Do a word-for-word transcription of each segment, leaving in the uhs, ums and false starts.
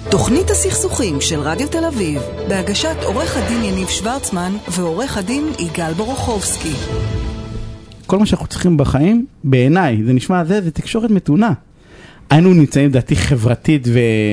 תוכנית הסכסוכים של רדיו תל אביב, בהגשת עורך הדין יניב שוורצמן ועורך הדין יגאל בורוכובסקי. כל מה שאנחנו צריכים בחיים, בעיניי, זה נשמע זה, זה תקשורת מתונה. היינו נמצאים דעתי חברתית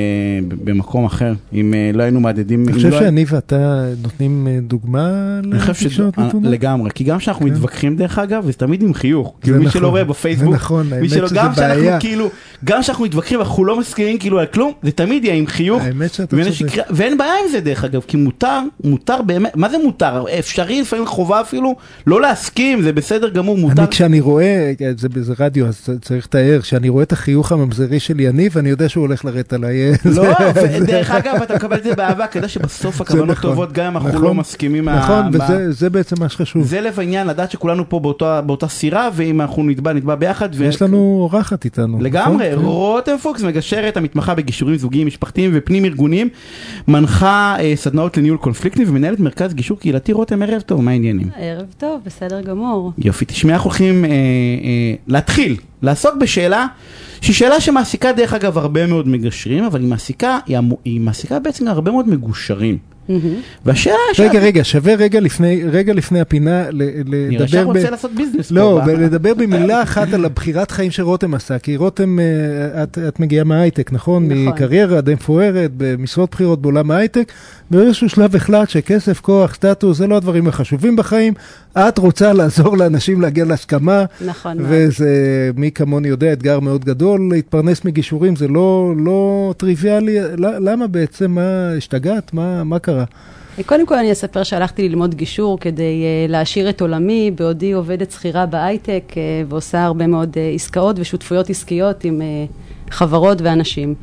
ובמקום אחר, אם לא היינו מעדדים... אני חושב שאני ואתה נותנים דוגמה לתקשורת מתונה? לגמרי, כי גם שאנחנו מתווכחים דרך אגב, זה תמיד עם חיוך. כאילו מי שלא רואה בפייסבוק, זה נכון, האמת שזה בעיה. גם שאנחנו מתווכחים, אנחנו לא מסכימים כאילו על כלום, זה תמיד יהיה עם חיוך. האמת שאתה צודק. ואין בעיה עם זה דרך אגב, כי מותר, מותר באמת, מה זה מותר? אפשרי לפעמים חובה אפילו, לא להסכים, זה בסדר גמור, מותר. אני כשאני רואה, זה ברדיו, אז צריך לתאר, כשאני רואה את החיוך הממזרי של יניב, אני יודע שהוא הולך לרדת עליי. לא, דרך אגב, אתה מקבל את זה באהבה, כדי שבסוף הכוונות טובות, גם אם אנחנו לא מסכימים. נכון, וזה בעצם מה שחשוב. זה לב העניין, לדעת שכולנו פה באותה סירה, ואם אנחנו נתבע, נתבע ביחד. יש לנו אורחת איתנו. לגמרי, רותם פוקס, מגשרת, המתמחה בגישורים זוגיים, משפחתיים ופנים ארגוניים, מנחה סדנאות לניהול קונפליקטים, ומנהלת מרכז גישור קהילתי. רותם, ערב טוב, מה העניינים? ערב טוב, בסדר גמור. יופי, תשמע, אנחנו הולכים להתחיל, לעסוק בשאלה שהיא שאלה שמעסיקה דרך אגב הרבה מאוד מגשרים, אבל היא מעסיקה, היא מעסיקה בעצם הרבה מאוד מגושרים. והשאלה... רגע, רגע, שווה רגע לפני, רגע לפני הפינה, לדבר... נראה שאני רוצה לעשות ביזנס פה. לא, לדבר במילה אחת על הבחירת חיים שרותם עשה, כי רותם, את מגיעה מההייטק, נכון? מקריירה די מפוארת, במשרות בחירות בעולם ההייטק, באיזשהו שלב החלט שכסף, כוח, סטטוס, זה לא הדברים החשובים בחיים, את רוצה לעזור לאנשים להגיע להסכמה, נכון. וזה, מי כמוני יודע, אתגר מאוד גדול, להתפרנס מגישורים, זה לא, לא טריוויאלי, למה בעצם, מה השתגעת, מה, מה קרה? קודם כל אני אספר שהלכתי ללמוד גישור כדי להשאיר את עולמי, בעודי עובדת שכירה בהייטק, ועושה הרבה מאוד עסקאות ושותפויות עסקיות עם חברות ואנשים.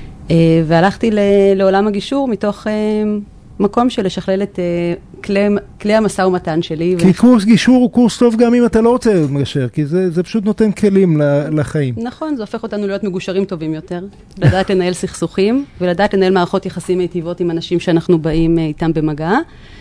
והלכתי לעולם הגישור מתוך מקום של לשכלל את כלי, כלי המשא ומתן שלי. כי קורס גישור הוא קורס טוב גם אם אתה לא רוצה להיות מגשר, כי זה, זה פשוט נותן כלים לחיים. נכון, זה הופך אותנו להיות מגושרים טובים יותר, לדעת לנהל סכסוכים, ולדעת לנהל מערכות יחסים מיטיבות עם אנשים שאנחנו באים איתם במגע.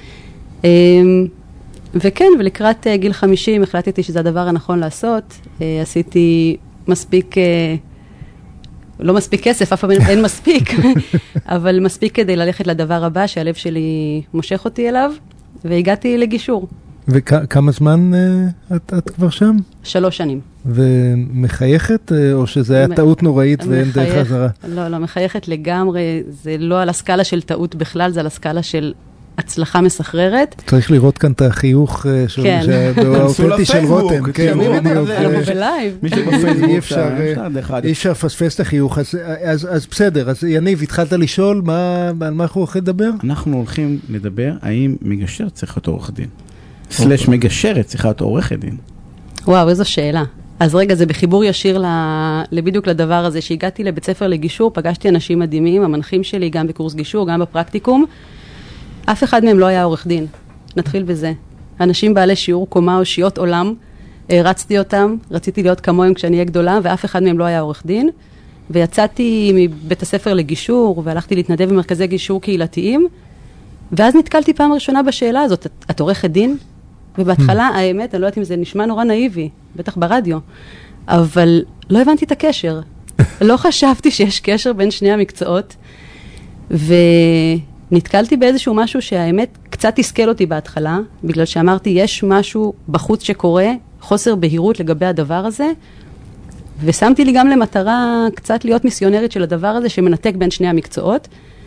וכן, ולקראת גיל חמישים החלטתי שזה הדבר הנכון לעשות. עשיתי מספיק... לא מספיק כסף, אף פעם אין מספיק, אבל מספיק כדי ללכת לדבר הבא שהלב שלי מושך אותי אליו, והגעתי לגישור. וכמה זמן את, את כבר שם? שלוש שנים. ומחייכת, או שזה היה טעות נוראית ואין דרך חזרה? לא, לא, מחייכת לגמרי, זה לא על הסקאלה של טעות בכלל, זה על הסקאלה של הצלחה מסחררת. צריך לראות כאן את החיוך האותנטי של רותם. כן, בדיוק. בלייב. מי שבפייסבוק, אי אפשר לפספס את החיוך. אז בסדר, אז יניב, התחלת לשאול על מה אנחנו הולכים לדבר? אנחנו הולכים לדבר האם מגשר צריך להיות עורך דין. סלש מגשרת צריכה להיות עורכת דין. וואו, איזו שאלה. אז רגע, זה בחיבור ישיר בדיוק לדבר הזה, שהגעתי לבית ספר לגישור, פגשתי אנשים מדהימים, המנחים שלי גם בקורס גישור, גם בפרקטיקום, אף אחד מהם לא היה עורך דין. נתחיל בזה. אנשים בעלי שיעור קומה או שיות עולם, רצתי אותם, רציתי להיות כמוהם כשאני אהיה גדולה, ואף אחד מהם לא היה עורך דין. ויצאתי מבית הספר לגישור, והלכתי להתנדב במרכזי גישור קהילתיים, ואז נתקלתי פעם ראשונה בשאלה הזאת, את, את עורכת דין? ובהתחלה, האמת, אני לא יודעת אם זה נשמע נורא נאיבי, בטח ברדיו, אבל לא הבנתי את הקשר. לא חשבתי שיש קשר בין שני המקצועות, ו... נתקלתי באיזשהו משהו שהאמת קצת תסכל אותי בהתחלה, בגלל שאמרתי, יש משהו בחוץ שקורה, חוסר בהירות לגבי הדבר הזה, ושמתי לי גם למטרה קצת להיות מיסיונרית של הדבר הזה, שמנתק בין שני המקצועות.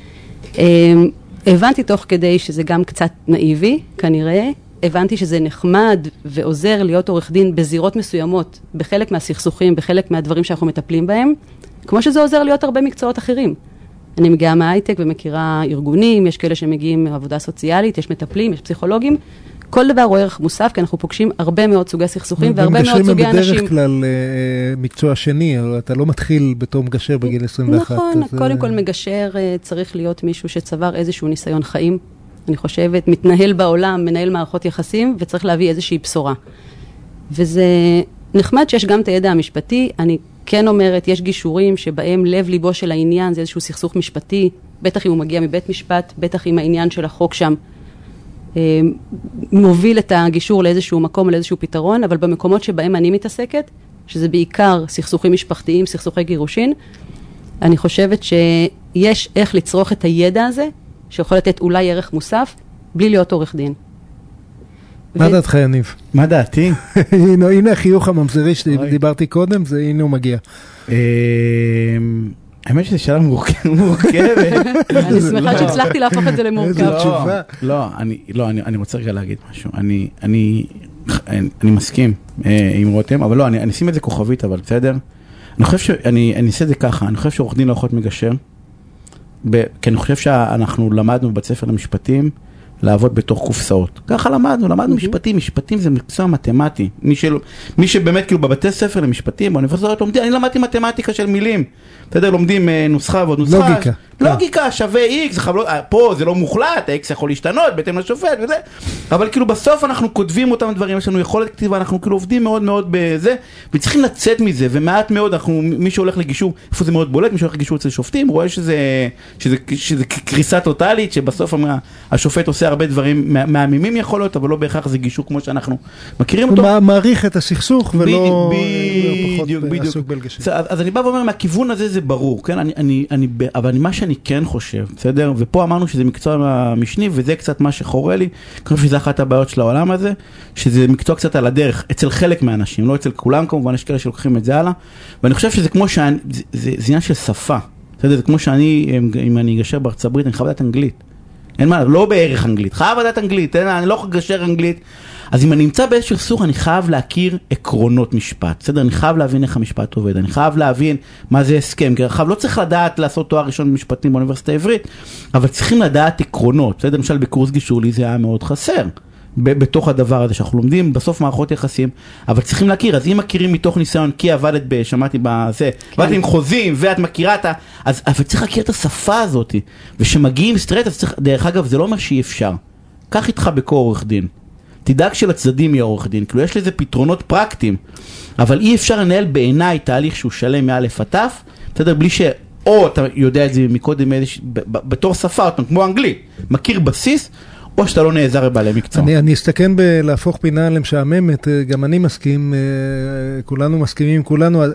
הבנתי תוך כדי שזה גם קצת נאיבי, כנראה, הבנתי שזה נחמד ועוזר להיות עורך דין בזירות מסוימות, בחלק מהסכסוכים, בחלק מהדברים שאנחנו מטפלים בהם, כמו שזה עוזר להיות הרבה מקצועות אחרים. אני מגיעה מההייטק ומכירה ארגונים, יש כאלה שמגיעים מעבודה סוציאלית, יש מטפלים, יש פסיכולוגים, כל דבר הוא ערך מוסף, כי אנחנו פוגשים הרבה מאוד סוגי סכסוכים והרבה מאוד סוגי אנשים. בדרך כלל מקצוע שני, אתה לא מתחיל בתור מגשר בגיל עשרים ואחת. נכון, קודם כל מגשר צריך להיות מישהו שצבר איזשהו ניסיון חיים, אני חושבת, מתנהל בעולם, מנהל מערכות יחסים, וצריך להביא איזושהי בשורה. וזה נחמד שיש גם את הידע המשפטי, אני כן אומרת, יש גישורים שבהם לב ליבו של העניין, זה איזשהו סכסוך משפטי, בטח אם הוא מגיע מבית משפט, בטח אם העניין של החוק שם מוביל את הגישור לאיזשהו מקום, לאיזשהו פתרון, אבל במקומות שבהם אני מתעסקת, שזה בעיקר סכסוכים משפחתיים, סכסוכי גירושין, אני חושבת יש איך לצרוך את הידע הזה, שיכול לתת אולי ערך מוסף, בלי להיות עורך דין. מה דעתך, יניב? מה דעתי? הנה החיוך הממזרי שדיברתי קודם, זה הנה הוא מגיע. האמת שזו שאלה מורכבת. אני שמחה שהצלחתי להפוך את זה למורכב. לא, אני רוצה רגע להגיד משהו. אני מסכים עם רותם, אבל לא, אני אשים את זה כוכבית, אבל בסדר. אני חושב שאני אעשה את זה ככה, אני חושב שעורך דין לא יכול להיות מגשר, כי אני חושב שאנחנו למדנו בבית ספר למשפטים, לעבוד בתוך קופסאות. ככה למדנו, למדנו משפטים, משפטים זה מקצוע מתמטי. מי שבאמת כאילו בבתי ספר למשפטים, באוניברסיטאות לומדים, אני למדתי מתמטיקה של מילים. אתה יודע, לומדים נוסחה ועוד נוסחה. לוגיקה. לוגיקה שווה X, פה זה לא מוחלט, ה-X יכול להשתנות בהתאם לשופט וזה. אבל כאילו בסוף אנחנו כותבים אותם דברים, יש לנו יכולת כתיבה, אנחנו כאילו עובדים מאוד מאוד בזה, וצריכים לצאת מזה, ומעט מאוד, אנחנו, מי שהולך לגישור, איפה זה מאוד בולט, מי שהולך לגישור אצל שופטים, רואה שזה, שזה, שזה קריסה טוטלית, שבסוף השופט עושה הרבה דברים מהמימים יכול להיות, אבל לא בהכרח זה גישור כמו שאנחנו מכירים אותו. הוא מעריך את הסכסוך ולא בדיוק, בדיוק. אז אני בא ואומר, מהכיוון הזה זה ברור, כן? אני, אני, אני, אבל מה שאני כן חושב, בסדר? ופה אמרנו שזה מקצוע משני, וזה קצת מה שחורה לי, אני חושב שזה אחת הבעיות של העולם הזה, שזה מקצוע קצת על הדרך, אצל חלק מהאנשים, לא אצל כולם כמובן, יש כאלה שלוקחים את זה הלאה, ואני חושב שזה כמו שאני, זה, זה, זה עניין של שפה, בסדר? זה כמו שאני, אם אני אגשר בארצות הברית, אני חייב לדעת אנגלית. אין מה, לא בערך אנגלית, חייב לדעת אנגלית, אין, אני לא יכול לגשר אנגלית. אז אם אני נמצא באיזשהו סכסוך, אני חייב להכיר עקרונות משפט, בסדר? אני חייב להבין איך המשפט עובד, אני חייב להבין מה זה הסכם, כי חייב, לא צריך לדעת לעשות תואר ראשון במשפטים באוניברסיטה העברית, אבל צריכים לדעת עקרונות, בסדר? למשל בקורס גישור לי זה היה מאוד חסר, בתוך הדבר הזה שאנחנו לומדים, בסוף מערכות יחסים, אבל צריכים להכיר, אז אם מכירים מתוך ניסיון, כי עבדת בשמעתי בזה, עבדת עם חוזים, ואת מכירה את ה... אז אבל צריך להכיר את השפה הזאת, ושמגיעים סטרייט, אז צריך, דרך אגב, זה לא אומר שאי אפשר. קח איתך בקור עורך דין. תדאג שלצדדים יהיה עורך דין, כאילו יש לזה פתרונות פרקטיים, אבל אי אפשר לנהל בעיניי תהליך שהוא שלם מאלף עד תף, בסדר, בלי ש... או אתה יודע את זה מקודם, בתור שפה, כמו אנגלית, מכיר בסיס, או שאתה לא נעזר בבעלי מקצוע. אני, אני אסתכן בלהפוך פינה למשעממת, גם אני מסכים, כולנו מסכימים, כולנו,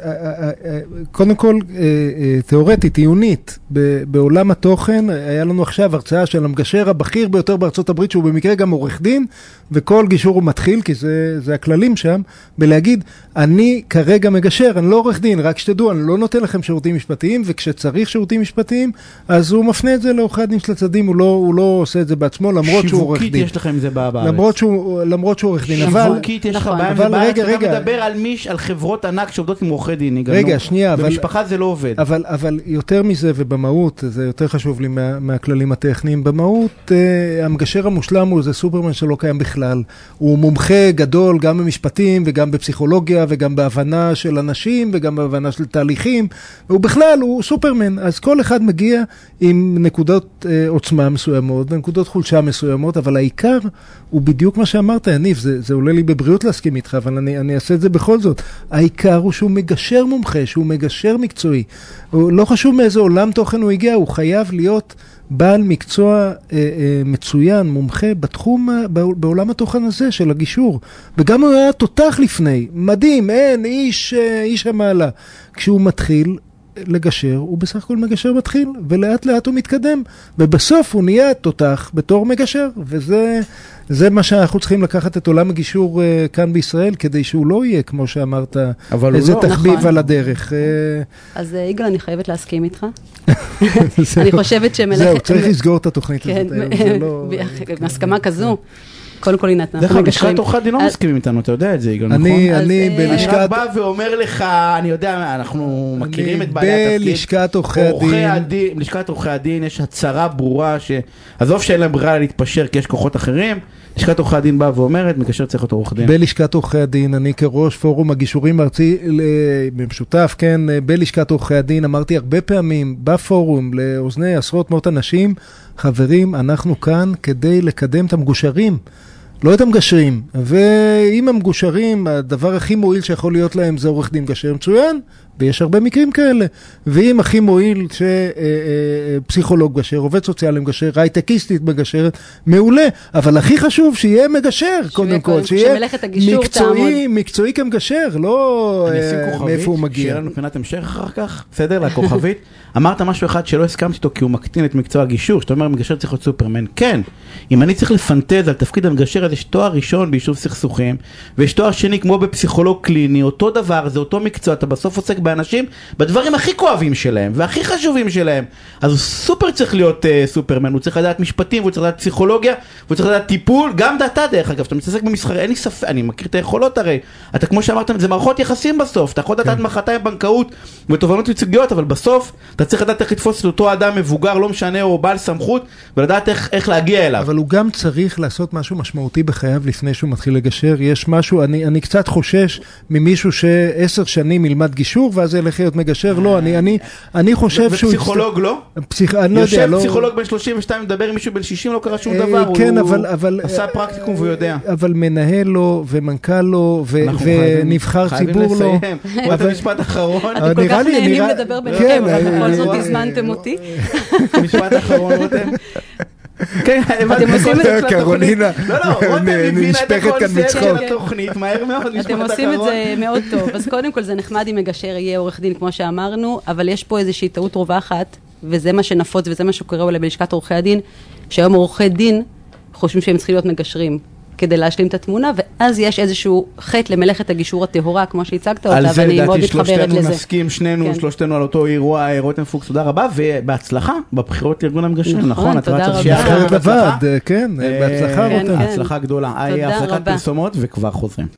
קודם כל, תיאורטית, עיונית, בעולם התוכן, היה לנו עכשיו הרצאה של המגשר הבכיר ביותר בארצות הברית, שהוא במקרה גם עורך דין, וכל גישור הוא מתחיל, כי זה, זה הכללים שם, בלהגיד, אני כרגע מגשר, אני לא עורך דין, רק שתדעו, אני לא נותן לכם שירותים משפטיים, וכשצריך שירותים משפטיים, אז הוא מפנה את זה לעורכי הדין של הצדדים, הוא לא, הוא לא עושה את זה בעצמו, למרות שהוא עורך דין. שיווקית יש לכם את זה בארץ. למרות שהוא, למרות שהוא עורך דין, אבל... שיווקית יש לך בעיה, ובארץ אתה מדבר על מיש, על חברות ענק שעובדות עם עורכי דין. רגע, שנייה, אבל... במשפחה זה לא עובד. אבל, אבל יותר מזה ובמהות, זה יותר חשוב לי מה, מהכללים הטכניים, במהות, המגשר המושלם הוא זה סופרמן שלא קיים בכלל. הוא מומחה גדול גם במשפטים וגם בפסיכולוגיה וגם בהבנה של אנשים וגם בהבנה של תהליכים. הוא בכלל, הוא סופרמן. אז כל אחד מגיע עם נקודות עוצמה מסוימות ונקודות חולשה מסוימות, אבל העיקר הוא בדיוק מה שאמרת, יניב, זה, זה עולה לי בבריאות להסכים איתך, אבל אני, אני אעשה את זה בכל זאת. העיקר הוא שהוא מגשר מומחה, שהוא מגשר מקצועי. הוא לא חשוב מאיזה עולם תוכן הוא הגיע, הוא חייב להיות בעל מקצוע אה, אה, מצוין, מומחה בתחום, בעולם התוכן הזה של הגישור. וגם הוא היה תותח לפני, מדהים, אין, איש, אה, איש המעלה. כשהוא מתחיל לגשר, הוא בסך הכל מגשר מתחיל, ולאט לאט הוא מתקדם, ובסוף הוא נהיה תותח בתור מגשר, וזה זה מה שאנחנו צריכים לקחת את עולם הגישור uh, כאן בישראל, כדי שהוא לא יהיה, כמו שאמרת, איזה לא. תחביב נכון. על הדרך. אז יגאל, אני חייבת להסכים איתך. אני חושבת שמלאכת... זהו, צריך לסגור את התוכנית הזאת. בהסכמה כזו. קודם כל, הנה, דרך כלל, לשכת עורכי הדין לא מסכימים איתנו, אתה יודע את זה, יגאל, נכון? אני בלשכת... אני רק בא ואומר לך, אני יודע, אנחנו מכירים את בעלי התפקיד. בלשכת עורכי הדין. בלשכת עורכי הדין יש הצהרה ברורה, שעזוב שאין להם ברירה להתפשר, כי יש כוחות אחרים, לשכת עורכי הדין באה ואומרת, מקשר צריך אותו עורך דין. בלשכת עורכי הדין, אני כראש פורום הגישורים הארצי, במשותף, כן, בלשכת עורכי הדין, אמרתי הרבה פעמים, בפורום, לאוזני עשרות מאות אנשים, חברים, אנחנו כאן כדי לקדם את המגושרים, לא את המגשרים. ואם המגושרים, הדבר הכי מועיל שיכול להיות להם זה עורך דין גשר מצוין, ויש הרבה מקרים כאלה. ואם הכי מועיל שפסיכולוג מגשר, עובד סוציאלי מגשר, הייטקיסטית מגשרת, מעולה. אבל הכי חשוב שיהיה מגשר, קודם כל. שיהיה מקצועי, מקצועי כמגשר, לא מאיפה הוא מגיע. שיהיה לנו פינת המשך אחר כך, בסדר? לכוכבית. אמרת משהו אחד שלא הסכמתי איתו, כי הוא מקטין את מקצוע הגישור, שאתה אומר, מגשר צריך להיות סופרמן. כן, אם אני צריך לפנטז על תפקיד המגשר, אז יש תואר ראשון ביישוב סכסוכים, ויש תואר שני כמו בפסיכולוג קליני, אותו דבר, זה אותו מקצוע, אתה בסוף עוסק באנשים, בדברים הכי כואבים שלהם, והכי חשובים שלהם. אז הוא סופר צריך להיות uh, סופרמן, הוא צריך לדעת משפטים, הוא צריך לדעת פסיכולוגיה, הוא צריך לדעת טיפול, גם דאטה דרך אגב, שאתה מתעסק במסחר, אין לי ספק, אני מכיר את היכולות הרי, אתה כמו שאמרתם, זה מערכות יחסים בסוף, אתה יכול לדעת מחרתיים בנקאות ותובנות ייצוגיות, אבל בסוף אתה צריך לדעת איך לתפוס את אותו אדם מבוגר, לא משנה, או בעל סמכות, ולדעת איך, איך להגיע אליו. אבל הוא גם צריך לעשות משהו משמעותי בחייו לפני שהוא מתחיל לגשר. יש משהו, אני, אני קצת חושש ממישהו שעשר שנים ילמד גישור, ואז ילך להיות מגשר. לא, אני, אני, אני חושב שהוא... ופסיכולוג לא? פסיכ... אני לא יודע, לא... יושב פסיכולוג בן שלושים ושתיים, מדבר עם מישהו בן שישים, לא קרה שום דבר. כן, הוא אבל, אבל... עשה פרקטיקום והוא יודע. אבל מנהל לו, ומנכ"ל לו, ו... ונבחר ציבור לו. חייבים לסיים. רותם משפט אחרון. אתם כל כך נהנים לדבר ביניכם, בכל זאת הזמנתם אותי. משפט אחרון, רותם. כן, אתם עושים את זה קרולינה, לא, לא, רותם הבינה את נשפכת כאן הקונספט מצחוק. של התוכנית, מהר מאוד, משפט אחרון. אתם עושים את זה מאוד טוב, אז קודם כל זה נחמד אם מגשר יהיה עורך דין כמו שאמרנו, אבל יש פה איזושהי טעות רווחת, וזה מה שנפוץ וזה מה שקורה אולי בלשכת עורכי הדין, שהיום עורכי דין חושבים שהם צריכים להיות מגשרים כדי להשלים את התמונה, ואז יש איזשהו חטא למלאכת הגישור הטהורה, כמו שהצגת אותה, ואני מאוד מתחברת לזה. על זה, לדעתי, שלושתנו נסכים, שנינו, שלושתנו על אותו אירוע, רותם פוקס, תודה רבה, ובהצלחה בבחירות לארגון המגשרים, נכון? תודה רבה. שיהיה לבד, כן, בהצלחה רותם. הצלחה גדולה. הפסקת פרסומות וכבר חוזרים.